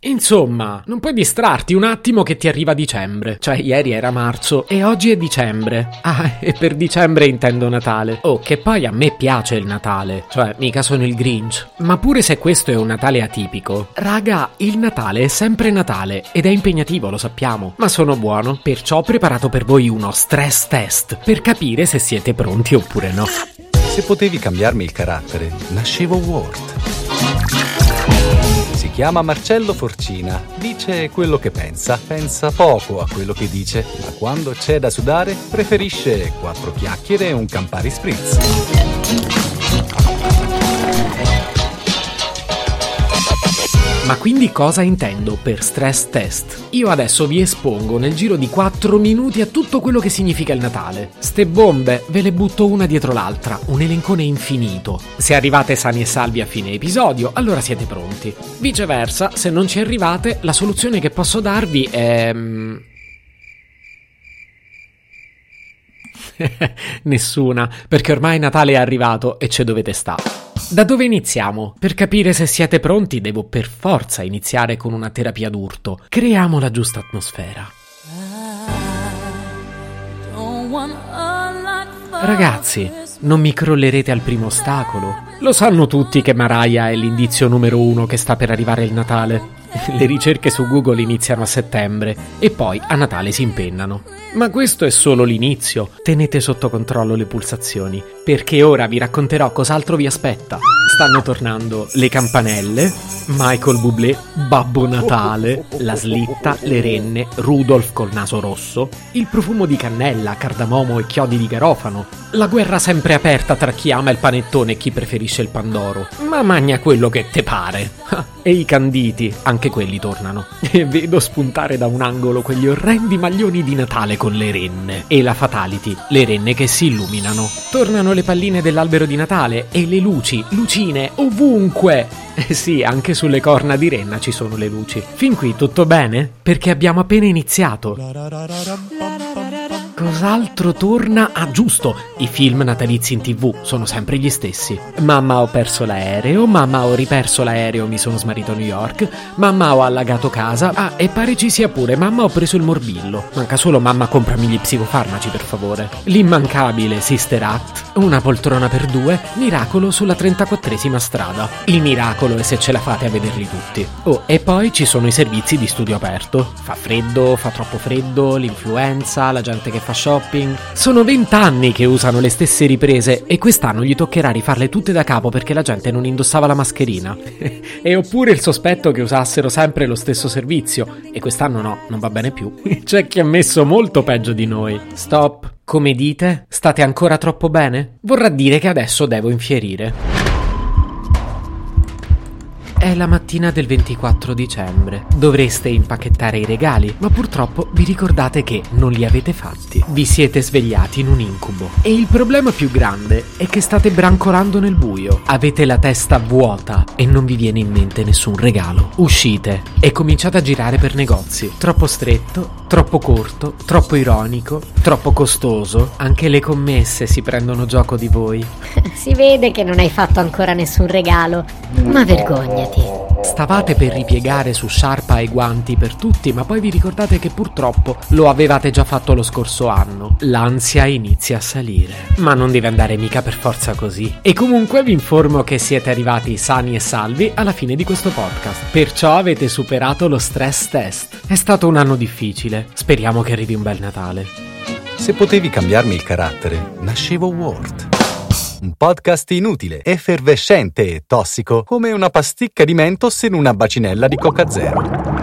Insomma, non puoi distrarti un attimo che ti arriva dicembre. Cioè, ieri era marzo e oggi è dicembre. Ah, e per dicembre intendo Natale. Oh, che poi a me piace il Natale. Cioè, mica sono il Grinch. Ma pure se questo è un Natale atipico, raga, il Natale è sempre Natale ed è impegnativo, lo sappiamo. Ma sono buono, perciò ho preparato per voi uno stress test per capire se siete pronti oppure no. Se potevi cambiarmi il carattere, nascevo Ward. Si chiama Marcello Forcina, dice quello che pensa poco a quello che dice, ma quando c'è da sudare preferisce 4 chiacchiere e un Campari Spritz. Ma quindi cosa intendo per stress test? Io adesso vi espongo nel giro di 4 minuti a tutto quello che significa il Natale. Ste bombe ve le butto una dietro l'altra, un elencone infinito. Se arrivate sani e salvi a fine episodio, allora siete pronti. Viceversa, se non ci arrivate, la soluzione che posso darvi è... nessuna, perché ormai Natale è arrivato e ci dovete stare. Da dove iniziamo? Per capire se siete pronti devo per forza iniziare con una terapia d'urto. Creiamo la giusta atmosfera. Ragazzi, non mi crollerete al primo ostacolo. Lo sanno tutti che Mariah è l'indizio numero 1 che sta per arrivare il Natale. Le ricerche su Google iniziano a settembre e poi a Natale si impennano. Ma questo è solo l'inizio. Tenete sotto controllo le pulsazioni, perché ora vi racconterò cos'altro vi aspetta. Stanno tornando le campanelle, Michael Bublé, Babbo Natale, la slitta, le renne, Rudolph col naso rosso, il profumo di cannella, cardamomo e chiodi di garofano, la guerra sempre aperta tra chi ama il panettone e chi preferisce il pandoro, ma magna quello che te pare. E i canditi, anche quelli tornano. E vedo spuntare da un angolo quegli orrendi maglioni di Natale con le renne. E la fatality, le renne che si illuminano. Tornano le palline dell'albero di Natale e le luci, lucine, ovunque. Sì, anche sulle corna di renna ci sono le luci. Fin qui tutto bene? Perché abbiamo appena iniziato. Cos'altro torna? Ah, giusto, i film natalizi in TV sono sempre gli stessi. Mamma ho perso l'aereo, mamma ho riperso l'aereo, mi sono smarrito a New York, mamma ho allagato casa, ah, e pare ci sia pure mamma ho preso il morbillo. Manca solo mamma comprami gli psicofarmaci per favore. L'immancabile Sister Act, una poltrona per 2, miracolo sulla 34esima strada. Il miracolo è se ce la fate a vederli tutti. Oh, e poi ci sono i servizi di studio aperto. Fa freddo, fa troppo freddo, l'influenza, la gente che fa shopping. Sono 20 anni che usano le stesse riprese e quest'anno gli toccherà rifarle tutte da capo perché la gente non indossava la mascherina. E oppure il sospetto che usassero sempre lo stesso servizio e quest'anno no, non va bene più. C'è chi ha messo molto peggio di noi. Stop. Come dite? State ancora troppo bene? Vorrà dire che adesso devo infierire. È la mattina del 24 dicembre. Dovreste impacchettare i regali, ma purtroppo vi ricordate che non li avete fatti. Vi siete svegliati in un incubo. E il problema più grande è che state brancolando nel buio. Avete la testa vuota e non vi viene in mente nessun regalo. Uscite e cominciate a girare per negozi. Troppo stretto, troppo corto, troppo ironico, troppo costoso. Anche le commesse si prendono gioco di voi. Si vede che non hai fatto ancora nessun regalo, ma vergognati. Stavate per ripiegare su sciarpa e guanti per tutti, ma poi vi ricordate che purtroppo lo avevate già fatto lo scorso anno. L'ansia inizia a salire. Ma non deve andare mica per forza così. E comunque vi informo che siete arrivati sani e salvi alla fine di questo podcast. Perciò avete superato lo stress test. È stato un anno difficile. Speriamo che arrivi un bel Natale. Se potevi cambiarmi il carattere, nascevo Ward. Un podcast inutile, effervescente e tossico, come una pasticca di Mentos in una bacinella di Coca Zero.